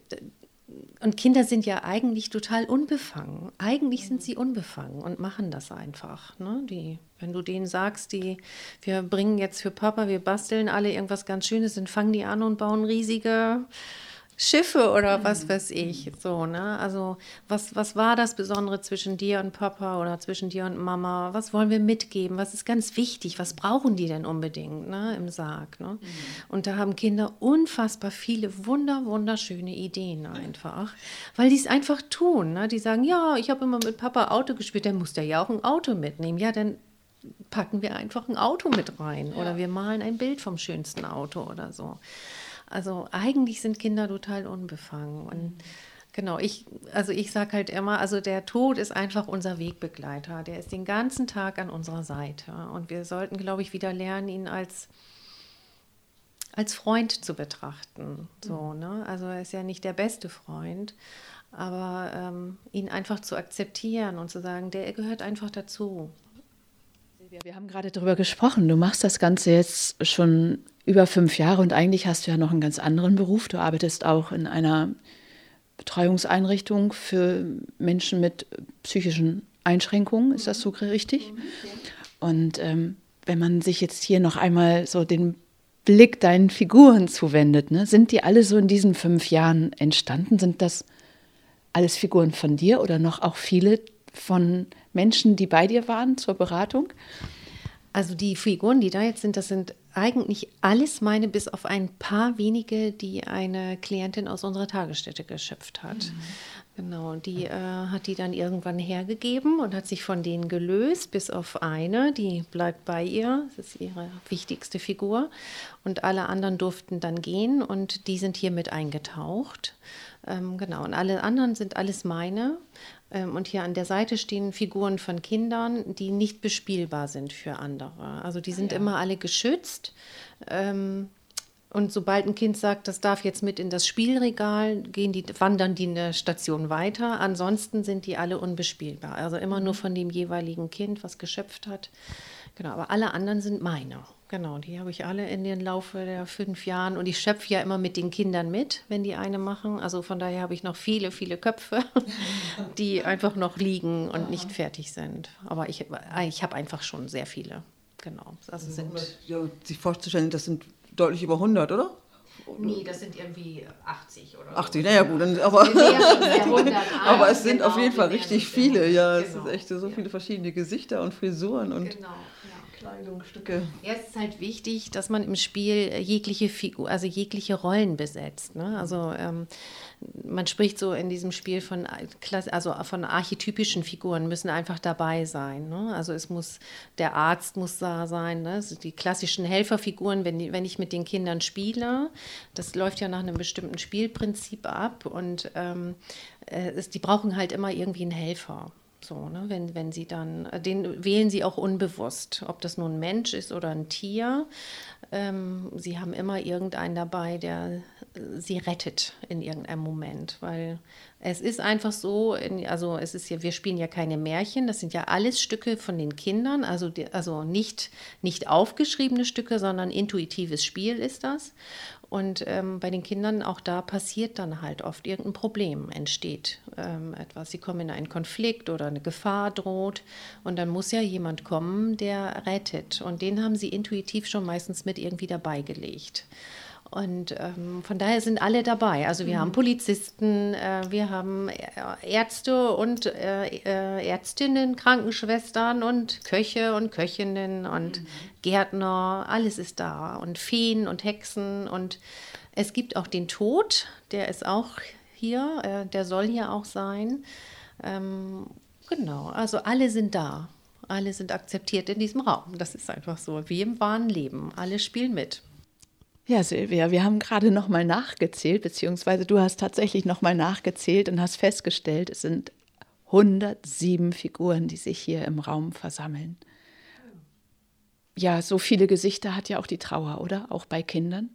Kinder sind ja eigentlich total unbefangen. Eigentlich sind sie unbefangen und machen das einfach. Ne? Wenn du denen sagst, wir bringen jetzt für Papa, wir basteln alle irgendwas ganz Schönes, dann fangen die an und bauen riesige Schiffe oder was weiß ich. So, ne? Also was war das Besondere zwischen dir und Papa oder zwischen dir und Mama? Was wollen wir mitgeben? Was ist ganz wichtig? Was brauchen die denn unbedingt, ne, im Sarg? Ne? Und da haben Kinder unfassbar viele wunderschöne Ideen einfach, weil die es einfach tun. Ne? Die sagen, ja, ich habe immer mit Papa Auto gespielt, dann muss der ja auch ein Auto mitnehmen. Ja, dann packen wir einfach ein Auto mit rein oder wir malen ein Bild vom schönsten Auto oder so. Also eigentlich sind Kinder total unbefangen. Und genau, ich sage halt immer, also der Tod ist einfach unser Wegbegleiter. Der ist den ganzen Tag an unserer Seite. Und wir sollten, glaube ich, wieder lernen, ihn als Freund zu betrachten. So, ne? Also er ist ja nicht der beste Freund, aber ihn einfach zu akzeptieren und zu sagen, der gehört einfach dazu. Wir haben gerade darüber gesprochen, du machst das Ganze jetzt schon über 5 Jahre und eigentlich hast du ja noch einen ganz anderen Beruf. Du arbeitest auch in einer Betreuungseinrichtung für Menschen mit psychischen Einschränkungen, ist das so richtig? Und wenn man sich jetzt hier noch einmal so den Blick deinen Figuren zuwendet, ne, sind die alle so in diesen 5 Jahren entstanden? Sind das alles Figuren von dir oder noch auch viele von Menschen, die bei dir waren zur Beratung? Also die Figuren, die da jetzt sind, das sind eigentlich alles meine, bis auf ein paar wenige, die eine Klientin aus unserer Tagesstätte geschöpft hat. Genau, die hat die dann irgendwann hergegeben und hat sich von denen gelöst, bis auf eine, die bleibt bei ihr, das ist ihre wichtigste Figur. Und alle anderen durften dann gehen und die sind hier mit eingetaucht. Genau, und alle anderen sind alles meine. Und hier an der Seite stehen Figuren von Kindern, die nicht bespielbar sind für andere. Also die sind immer alle geschützt. Und sobald ein Kind sagt, das darf jetzt mit in das Spielregal, wandern die eine Station weiter. Ansonsten sind die alle unbespielbar. Also immer nur von dem jeweiligen Kind, was geschöpft hat. Genau, aber alle anderen sind meine. Genau, die habe ich alle in den Laufe der 5 Jahren und ich schöpfe ja immer mit den Kindern mit, wenn die eine machen. Also von daher habe ich noch viele Köpfe, die einfach noch liegen und nicht fertig sind. Aber ich habe einfach schon sehr viele. Genau. Also sich vorzustellen, das sind deutlich über 100, oder? Nee, das sind irgendwie 80 oder 80, naja gut, aber es sind auf jeden Fall richtig viele, ja, es sind echt so viele verschiedene Gesichter und Frisuren und Kleidungsstücke. Ja, es ist halt wichtig, dass man im Spiel jegliche Figur, also jegliche Rollen besetzt. Ne? Also man spricht so in diesem Spiel von archetypischen Figuren, müssen einfach dabei sein. Ne? Also der Arzt muss da sein, ne? Also die klassischen Helferfiguren, wenn ich mit den Kindern spiele, das läuft ja nach einem bestimmten Spielprinzip ab und die brauchen halt immer irgendwie einen Helfer. So, ne, wenn sie dann, den wählen sie auch unbewusst, ob das nun ein Mensch ist oder ein Tier. Sie haben immer irgendeinen dabei, der sie rettet in irgendeinem Moment, weil es ist einfach so, also es ist ja, wir spielen ja keine Märchen, das sind ja alles Stücke von den Kindern, also nicht aufgeschriebene Stücke, sondern intuitives Spiel ist das. Und bei den Kindern auch da passiert dann halt oft irgendein Problem, entsteht etwas. Sie kommen in einen Konflikt oder eine Gefahr droht und dann muss ja jemand kommen, der rettet. Und den haben sie intuitiv schon meistens mit irgendwie dabei gelegt. Und von daher sind alle dabei. Also wir haben Polizisten, wir haben Ärzte und Ärztinnen, Krankenschwestern und Köche und Köchinnen und Gärtner, alles ist da. Und Feen und Hexen. Und es gibt auch den Tod, der ist auch hier, der soll hier auch sein. Genau, also alle sind da. Alle sind akzeptiert in diesem Raum. Das ist einfach so, wie im wahren Leben. Alle spielen mit. Ja, Silvia, wir haben gerade nochmal nachgezählt, beziehungsweise du hast tatsächlich nochmal nachgezählt und hast festgestellt, es sind 107 Figuren, die sich hier im Raum versammeln. Ja, so viele Gesichter hat ja auch die Trauer, oder? Auch bei Kindern?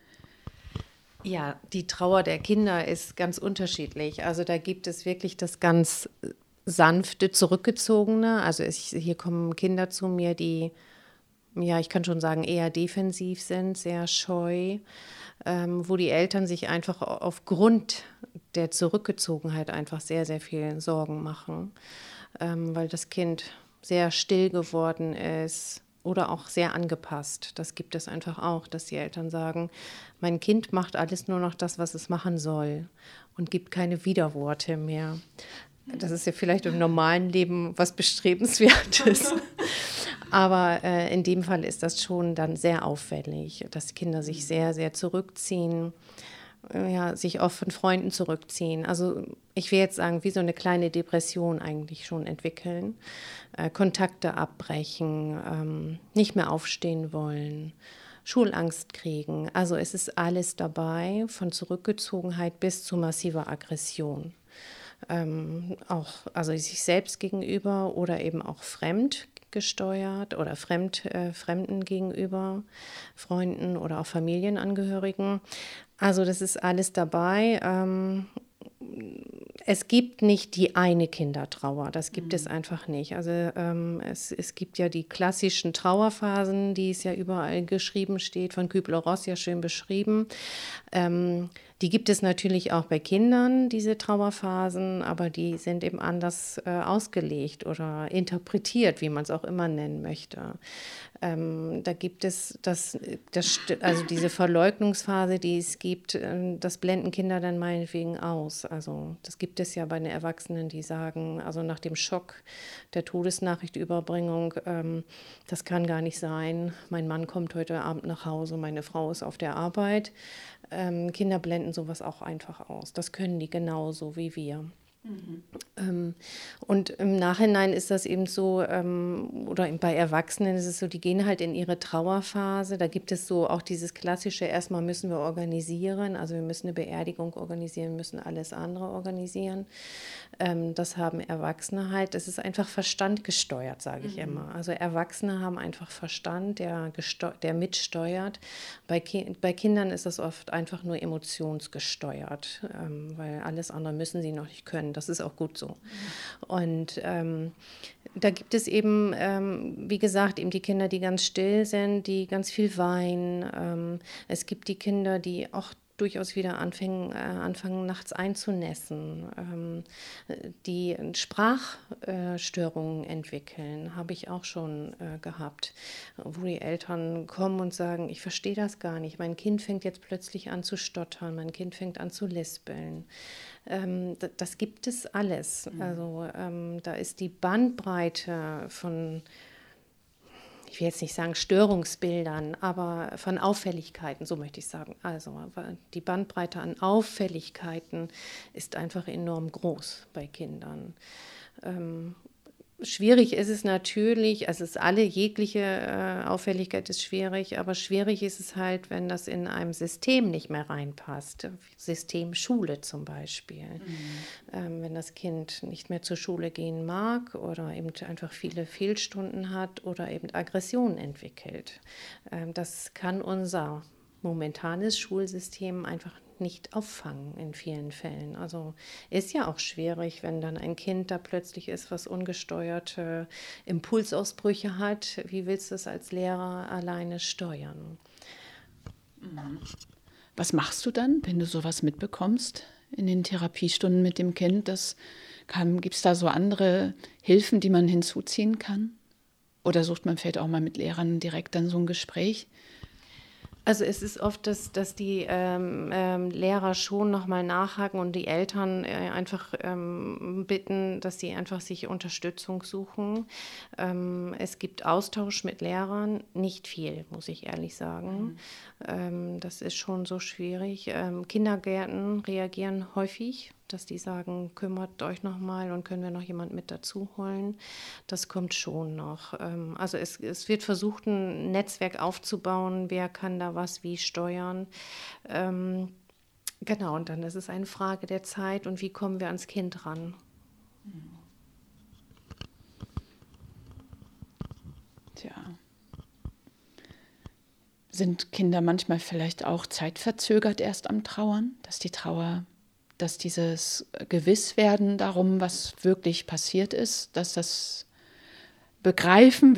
Ja, die Trauer der Kinder ist ganz unterschiedlich. Also da gibt es wirklich das ganz sanfte, zurückgezogene. Also hier kommen Kinder zu mir, die, ja, ich kann schon sagen, eher defensiv sind, sehr scheu, wo die Eltern sich einfach aufgrund der Zurückgezogenheit einfach sehr, sehr viel Sorgen machen, weil das Kind sehr still geworden ist oder auch sehr angepasst. Das gibt es einfach auch, dass die Eltern sagen, mein Kind macht alles nur noch das, was es machen soll und gibt keine Widerworte mehr. Das ist ja vielleicht im normalen Leben was Bestrebenswertes. Aber in dem Fall ist das schon dann sehr auffällig, dass Kinder sich sehr, sehr zurückziehen, ja, sich oft von Freunden zurückziehen. Also ich will jetzt sagen, wie so eine kleine Depression eigentlich schon entwickeln, Kontakte abbrechen, nicht mehr aufstehen wollen, Schulangst kriegen. Also es ist alles dabei, von Zurückgezogenheit bis zu massiver Aggression. Auch also sich selbst gegenüber oder eben auch fremdgesteuert oder Fremden gegenüber, Freunden oder auch Familienangehörigen. Also das ist alles dabei. Es gibt nicht die eine Kindertrauer, das gibt es einfach nicht. Also es gibt ja die klassischen Trauerphasen, die es ja überall geschrieben steht, von Kübler-Ross ja schön beschrieben. Die gibt es natürlich auch bei Kindern, diese Trauerphasen, aber die sind eben anders ausgelegt oder interpretiert, wie man es auch immer nennen möchte. Da gibt es also diese Verleugnungsphase, die es gibt, das blenden Kinder dann meinetwegen aus. Also das gibt es ja bei den Erwachsenen, die sagen, also nach dem Schock der Todesnachrichtüberbringung, das kann gar nicht sein. Mein Mann kommt heute Abend nach Hause, meine Frau ist auf der Arbeit. Kinder blenden sowas auch einfach aus. Das können die genauso wie wir. Und im Nachhinein ist das eben so, oder bei Erwachsenen ist es so, die gehen halt in ihre Trauerphase. Da gibt es so auch dieses klassische, erstmal müssen wir organisieren, also wir müssen eine Beerdigung organisieren, müssen alles andere organisieren. Das haben Erwachsene halt, das ist einfach verstandgesteuert, sage ich immer. Also Erwachsene haben einfach Verstand, der mitsteuert. Bei Kindern ist das oft einfach nur emotionsgesteuert, weil alles andere müssen sie noch nicht können. Das ist auch gut so. Und da gibt es eben, wie gesagt, eben die Kinder, die ganz still sind, die ganz viel weinen. Es gibt die Kinder, die auch durchaus wieder anfangen nachts einzunässen, die Sprachstörungen entwickeln, habe ich auch schon gehabt, wo die Eltern kommen und sagen, ich verstehe das gar nicht, mein Kind fängt jetzt plötzlich an zu stottern, mein Kind fängt an zu lispeln. Das gibt es alles. Also da ist die Bandbreite von, ich will jetzt nicht sagen Störungsbildern, aber von Auffälligkeiten, so möchte ich sagen. Also die Bandbreite an Auffälligkeiten ist einfach enorm groß bei Kindern. Schwierig ist es natürlich, also jegliche Auffälligkeit ist schwierig, aber schwierig ist es halt, wenn das in einem System nicht mehr reinpasst. System Schule zum Beispiel. Wenn das Kind nicht mehr zur Schule gehen mag oder eben einfach viele Fehlstunden hat oder eben Aggressionen entwickelt. Das kann unser momentanes Schulsystem einfach nicht auffangen in vielen Fällen. Also ist ja auch schwierig, wenn dann ein Kind da plötzlich ist, was ungesteuerte Impulsausbrüche hat. Wie willst du es als Lehrer alleine steuern? Was machst du dann, wenn du sowas mitbekommst in den Therapiestunden mit dem Kind? Gibt es da so andere Hilfen, die man hinzuziehen kann? Oder sucht man vielleicht auch mal mit Lehrern direkt dann so ein Gespräch? Also es ist oft, dass die Lehrer schon nochmal nachhaken und die Eltern einfach bitten, dass sie einfach sich Unterstützung suchen. Es gibt Austausch mit Lehrern, nicht viel, muss ich ehrlich sagen. Das ist schon so schwierig. Kindergärten reagieren häufig, dass die sagen, kümmert euch nochmal und können wir noch jemand mit dazu holen. Das kommt schon noch. Also es wird versucht, ein Netzwerk aufzubauen, wer kann da was wie steuern. Genau, und dann ist es eine Frage der Zeit und wie kommen wir ans Kind ran. Tja. Sind Kinder manchmal vielleicht auch zeitverzögert erst am Trauern, dass dieses Gewisswerden darum, was wirklich passiert ist, dass das Begreifen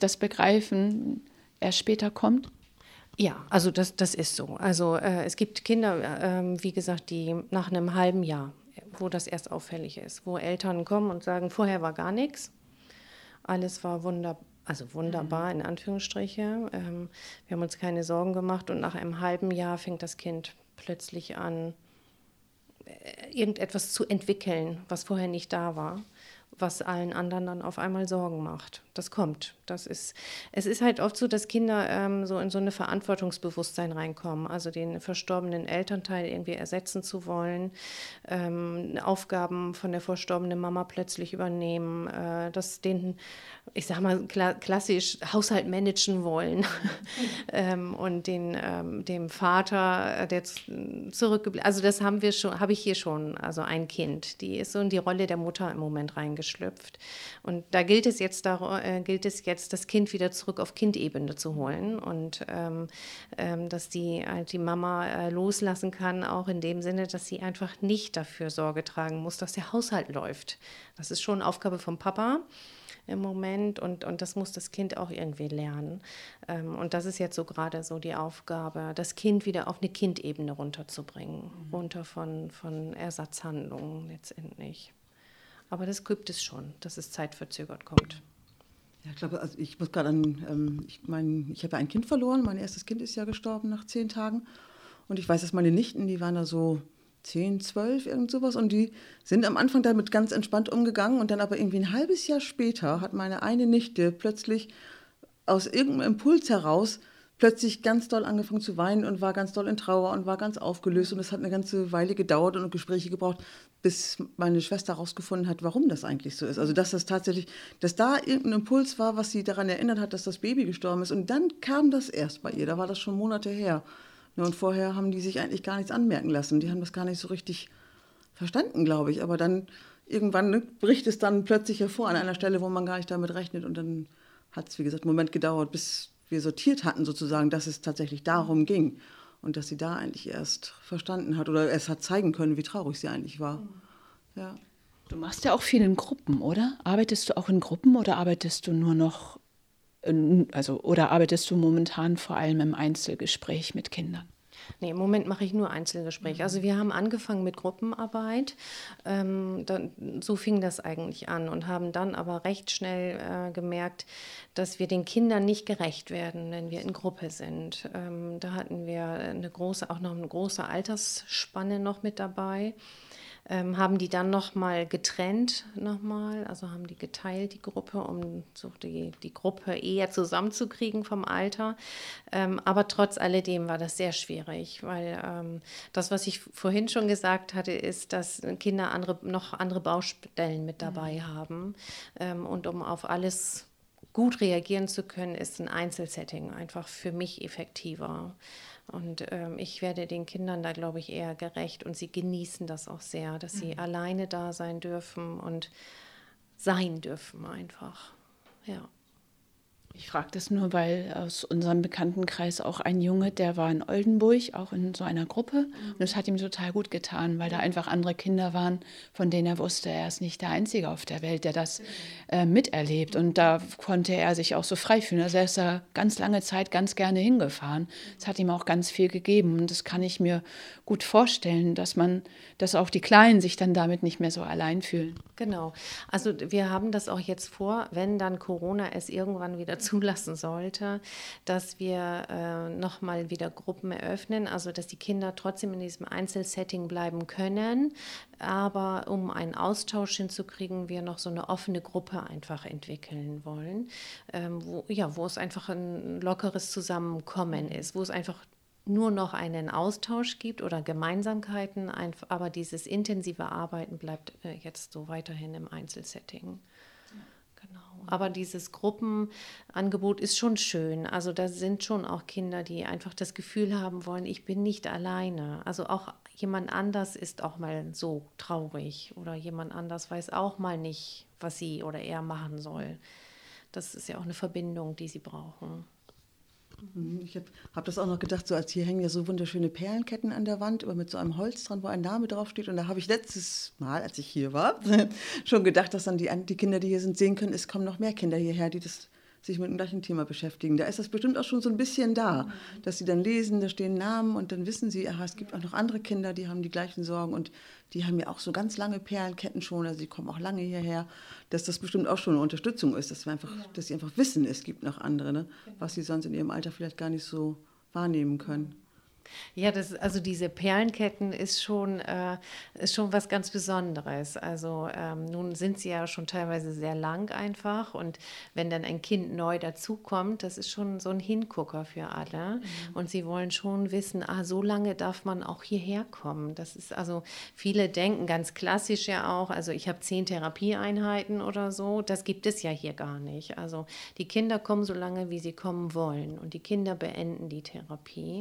erst später kommt? Ja, also das ist so. Also es gibt Kinder, wie gesagt, die nach einem halben Jahr, wo das erst auffällig ist, wo Eltern kommen und sagen, vorher war gar nichts, alles war wunderbar in Anführungsstriche. Wir haben uns keine Sorgen gemacht und nach einem halben Jahr fängt das Kind plötzlich an, irgendetwas zu entwickeln, was vorher nicht da war, was allen anderen dann auf einmal Sorgen macht. Das kommt. Es ist halt oft so, dass Kinder so in so eine Verantwortungsbewusstsein reinkommen, also den verstorbenen Elternteil irgendwie ersetzen zu wollen, Aufgaben von der verstorbenen Mama plötzlich übernehmen, ich sag mal klassisch Haushalt managen wollen und dem Vater, der zurückgeblieben, also das habe ich hier schon, also ein Kind, die ist so in die Rolle der Mutter im Moment reingeschlüpft. Und da gilt es jetzt, das Kind wieder zurück auf Kindebene zu holen und dass die Mama loslassen kann, auch in dem Sinne, dass sie einfach nicht dafür Sorge tragen muss, dass der Haushalt läuft. Das ist schon Aufgabe vom Papa im Moment und das muss das Kind auch irgendwie lernen. Und das ist jetzt so gerade so die Aufgabe, das Kind wieder auf eine Kindebene runterzubringen, runter von Ersatzhandlungen letztendlich. Aber das gibt es schon, dass es zeitverzögert kommt. Ja, ich glaube, also ich muss gerade ich habe ja ein Kind verloren. Mein erstes Kind ist ja gestorben nach 10 Tagen. Und ich weiß, dass meine Nichten, die waren da so 10, 12, irgend sowas. Und die sind am Anfang damit ganz entspannt umgegangen. Und dann aber irgendwie ein halbes Jahr später hat meine eine Nichte plötzlich aus irgendeinem Impuls heraus plötzlich ganz doll angefangen zu weinen und war ganz doll in Trauer und war ganz aufgelöst. Und es hat eine ganze Weile gedauert und Gespräche gebraucht, bis meine Schwester herausgefunden hat, warum das eigentlich so ist. Also dass da irgendein Impuls war, was sie daran erinnert hat, dass das Baby gestorben ist. Und dann kam das erst bei ihr, da war das schon Monate her. Ja, und vorher haben die sich eigentlich gar nichts anmerken lassen. Die haben das gar nicht so richtig verstanden, glaube ich. Aber dann irgendwann bricht es dann plötzlich hervor an einer Stelle, wo man gar nicht damit rechnet. Und dann hat es, wie gesagt, einen Moment gedauert, bis wir sortiert hatten sozusagen, dass es tatsächlich darum ging. Und dass sie da eigentlich erst verstanden hat oder es hat zeigen können, wie traurig sie eigentlich war. Ja. Du machst ja auch viel in Gruppen, oder? Arbeitest du auch in Gruppen oder arbeitest du oder arbeitest du momentan vor allem im Einzelgespräch mit Kindern? Nee, im Moment mache ich nur Einzelgespräche. Also wir haben angefangen mit Gruppenarbeit, so fing das eigentlich an und haben dann aber recht schnell gemerkt, dass wir den Kindern nicht gerecht werden, wenn wir in Gruppe sind. Da hatten wir auch noch eine große Altersspanne noch mit dabei. Haben die dann nochmal getrennt, also haben die geteilt, die Gruppe, um so die Gruppe eher zusammenzukriegen vom Alter. Aber trotz alledem war das sehr schwierig, weil das, was ich vorhin schon gesagt hatte, ist, dass Kinder noch andere Baustellen mit dabei haben. Und um auf alles gut reagieren zu können, ist ein Einzelsetting einfach für mich effektiver. Und ich werde den Kindern da, glaube ich, eher gerecht und sie genießen das auch sehr, dass sie alleine da sein dürfen und sein dürfen einfach. Ja. Ich frage das nur, weil aus unserem Bekanntenkreis auch ein Junge, der war in Oldenburg, auch in so einer Gruppe. Und es hat ihm total gut getan, weil da einfach andere Kinder waren, von denen er wusste, er ist nicht der Einzige auf der Welt, der das miterlebt. Und da konnte er sich auch so frei fühlen. Also er ist da ganz lange Zeit ganz gerne hingefahren. Es hat ihm auch ganz viel gegeben. Und das kann ich mir gut vorstellen, dass auch die Kleinen sich dann damit nicht mehr so allein fühlen. Genau. Also wir haben das auch jetzt vor, wenn dann Corona es irgendwann wieder zulassen sollte, dass wir nochmal wieder Gruppen eröffnen, also dass die Kinder trotzdem in diesem Einzelsetting bleiben können, aber um einen Austausch hinzukriegen, wir noch so eine offene Gruppe einfach entwickeln wollen, wo es einfach ein lockeres Zusammenkommen ist, wo es einfach nur noch einen Austausch gibt oder Gemeinsamkeiten, aber dieses intensive Arbeiten bleibt jetzt so weiterhin im Einzelsetting. Genau. Aber dieses Gruppenangebot ist schon schön. Also da sind schon auch Kinder, die einfach das Gefühl haben wollen, ich bin nicht alleine. Also auch jemand anders ist auch mal so traurig oder jemand anders weiß auch mal nicht, was sie oder er machen soll. Das ist ja auch eine Verbindung, die sie brauchen. Ich habe das auch noch gedacht, so als hier hängen ja so wunderschöne Perlenketten an der Wand, aber mit so einem Holz dran, wo ein Name draufsteht. Und da habe ich letztes Mal, als ich hier war, schon gedacht, dass dann die Kinder, die hier sind, sehen können, es kommen noch mehr Kinder hierher, die sich mit dem gleichen Thema beschäftigen. Da ist das bestimmt auch schon so ein bisschen da, dass sie dann lesen, da stehen Namen und dann wissen sie, aha, es gibt auch noch andere Kinder, die haben die gleichen Sorgen und die haben ja auch so ganz lange Perlenketten schon, also sie kommen auch lange hierher, dass das bestimmt auch schon eine Unterstützung ist, dass sie einfach wissen, es gibt noch andere, ne, was sie sonst in ihrem Alter vielleicht gar nicht so wahrnehmen können. Ja, also diese Perlenketten ist schon was ganz Besonderes. Also nun sind sie ja schon teilweise sehr lang einfach und wenn dann ein Kind neu dazukommt, das ist schon so ein Hingucker für alle. Und sie wollen schon wissen, so lange darf man auch hierher kommen. Das ist also, viele denken ganz klassisch ja auch, also ich habe 10 Therapieeinheiten oder so, das gibt es ja hier gar nicht. Also die Kinder kommen so lange, wie sie kommen wollen und die Kinder beenden die Therapie.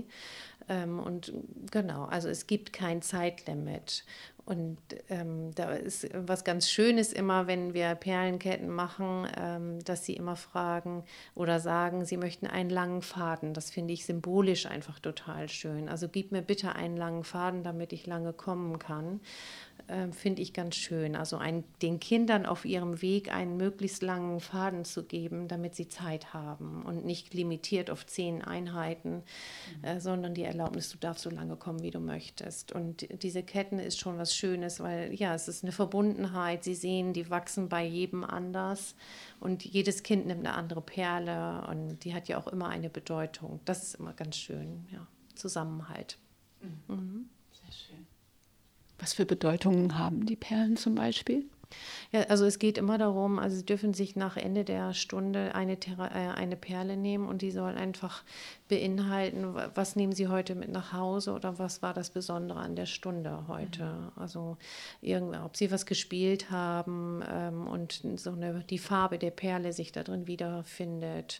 Und genau, also es gibt kein Zeitlimit. Und da ist was ganz Schönes immer, wenn wir Perlenketten machen, dass sie immer fragen oder sagen, sie möchten einen langen Faden. Das finde ich symbolisch einfach total schön. Also gib mir bitte einen langen Faden, damit ich lange kommen kann. Finde ich ganz schön. Also den Kindern auf ihrem Weg einen möglichst langen Faden zu geben, damit sie Zeit haben und nicht limitiert auf 10 Einheiten, sondern die Erlaubnis, du darfst so lange kommen, wie du möchtest. Und diese Ketten ist schon was Schönes, weil ja, es ist eine Verbundenheit. Sie sehen, die wachsen bei jedem anders und jedes Kind nimmt eine andere Perle und die hat ja auch immer eine Bedeutung. Das ist immer ganz schön, ja. Zusammenhalt. Mhm. Sehr schön. Was für Bedeutungen haben die Perlen zum Beispiel? Ja, also es geht immer darum, also Sie dürfen sich nach Ende der Stunde eine Perle nehmen und die soll einfach beinhalten, was nehmen Sie heute mit nach Hause oder was war das Besondere an der Stunde heute. Also ob Sie was gespielt haben und die Farbe der Perle sich da drin wiederfindet.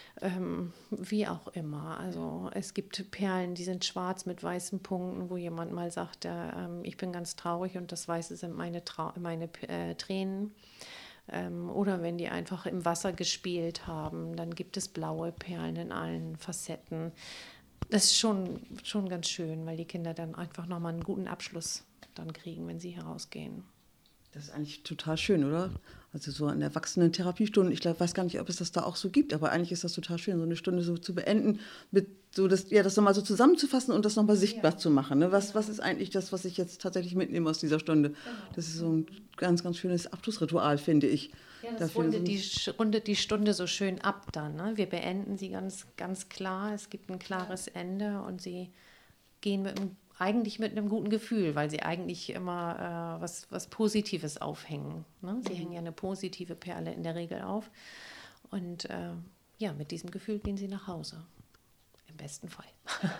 Wie auch immer. Also es gibt Perlen, die sind schwarz mit weißen Punkten, wo jemand mal sagt, ich bin ganz traurig und das Weiße sind meine Tränen. Oder wenn die einfach im Wasser gespielt haben, dann gibt es blaue Perlen in allen Facetten. Das ist schon ganz schön, weil die Kinder dann einfach nochmal einen guten Abschluss dann kriegen, wenn sie herausgehen. Das ist eigentlich total schön, oder? Also so an Erwachsenen-Therapiestunde, ich weiß gar nicht, ob es das da auch so gibt, aber eigentlich ist das total schön, so eine Stunde so zu beenden, mit so das nochmal so zusammenzufassen und das nochmal sichtbar zu machen. Ne? Was ist eigentlich das, was ich jetzt tatsächlich mitnehme aus dieser Stunde? Das ist so ein ganz, ganz schönes Abschlussritual, finde ich. Ja, das rundet die Stunde so schön ab dann. Ne? Wir beenden sie ganz, ganz klar, es gibt ein klares Ende und sie gehen eigentlich mit einem guten Gefühl, weil sie eigentlich immer was Positives aufhängen. Ne? Sie hängen ja eine positive Perle in der Regel auf. Und mit diesem Gefühl gehen sie nach Hause. Im besten Fall.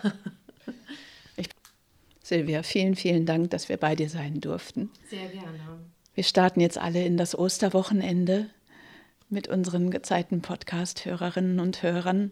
Silvia, vielen, vielen Dank, dass wir bei dir sein durften. Sehr gerne. Wir starten jetzt alle in das Osterwochenende mit unseren Gezeiten-Podcast-Hörerinnen und Hörern.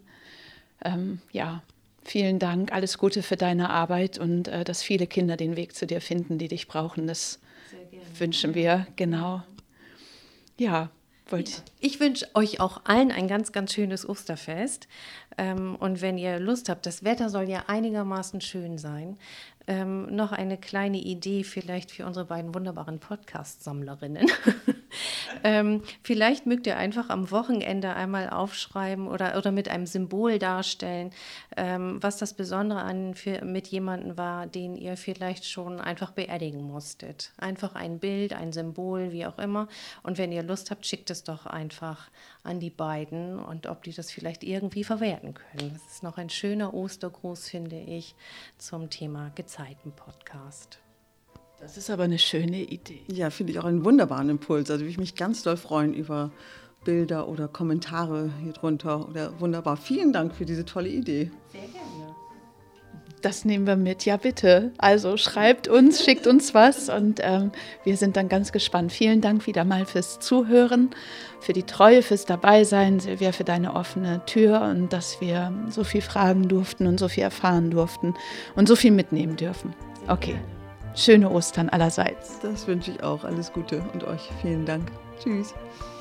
Vielen Dank, alles Gute für deine Arbeit und dass viele Kinder den Weg zu dir finden, die dich brauchen. Das wünschen wir, genau. Ja, Ich wünsche euch auch allen ein ganz, ganz schönes Osterfest. Und wenn ihr Lust habt, das Wetter soll ja einigermaßen schön sein. Noch eine kleine Idee vielleicht für unsere beiden wunderbaren Podcast-Sammlerinnen. Vielleicht mögt ihr einfach am Wochenende einmal aufschreiben oder mit einem Symbol darstellen, was das Besondere mit jemandem war, den ihr vielleicht schon einfach beerdigen musstet. Einfach ein Bild, ein Symbol, wie auch immer. Und wenn ihr Lust habt, schickt es doch einfach an die beiden und ob die das vielleicht irgendwie verwerten können. Das ist noch ein schöner Ostergruß, finde ich, zum Thema Gezeiten-Podcast. Das ist aber eine schöne Idee. Ja, finde ich auch einen wunderbaren Impuls. Also würde ich mich ganz doll freuen über Bilder oder Kommentare hier drunter. Oder wunderbar. Vielen Dank für diese tolle Idee. Sehr gerne. Das nehmen wir mit, ja bitte. Also schreibt uns, schickt uns was und wir sind dann ganz gespannt. Vielen Dank wieder mal fürs Zuhören, für die Treue, fürs Dabeisein, Silvia, für deine offene Tür und dass wir so viel fragen durften und so viel erfahren durften und so viel mitnehmen dürfen. Okay, schöne Ostern allerseits. Das wünsche ich auch. Alles Gute und euch vielen Dank. Tschüss.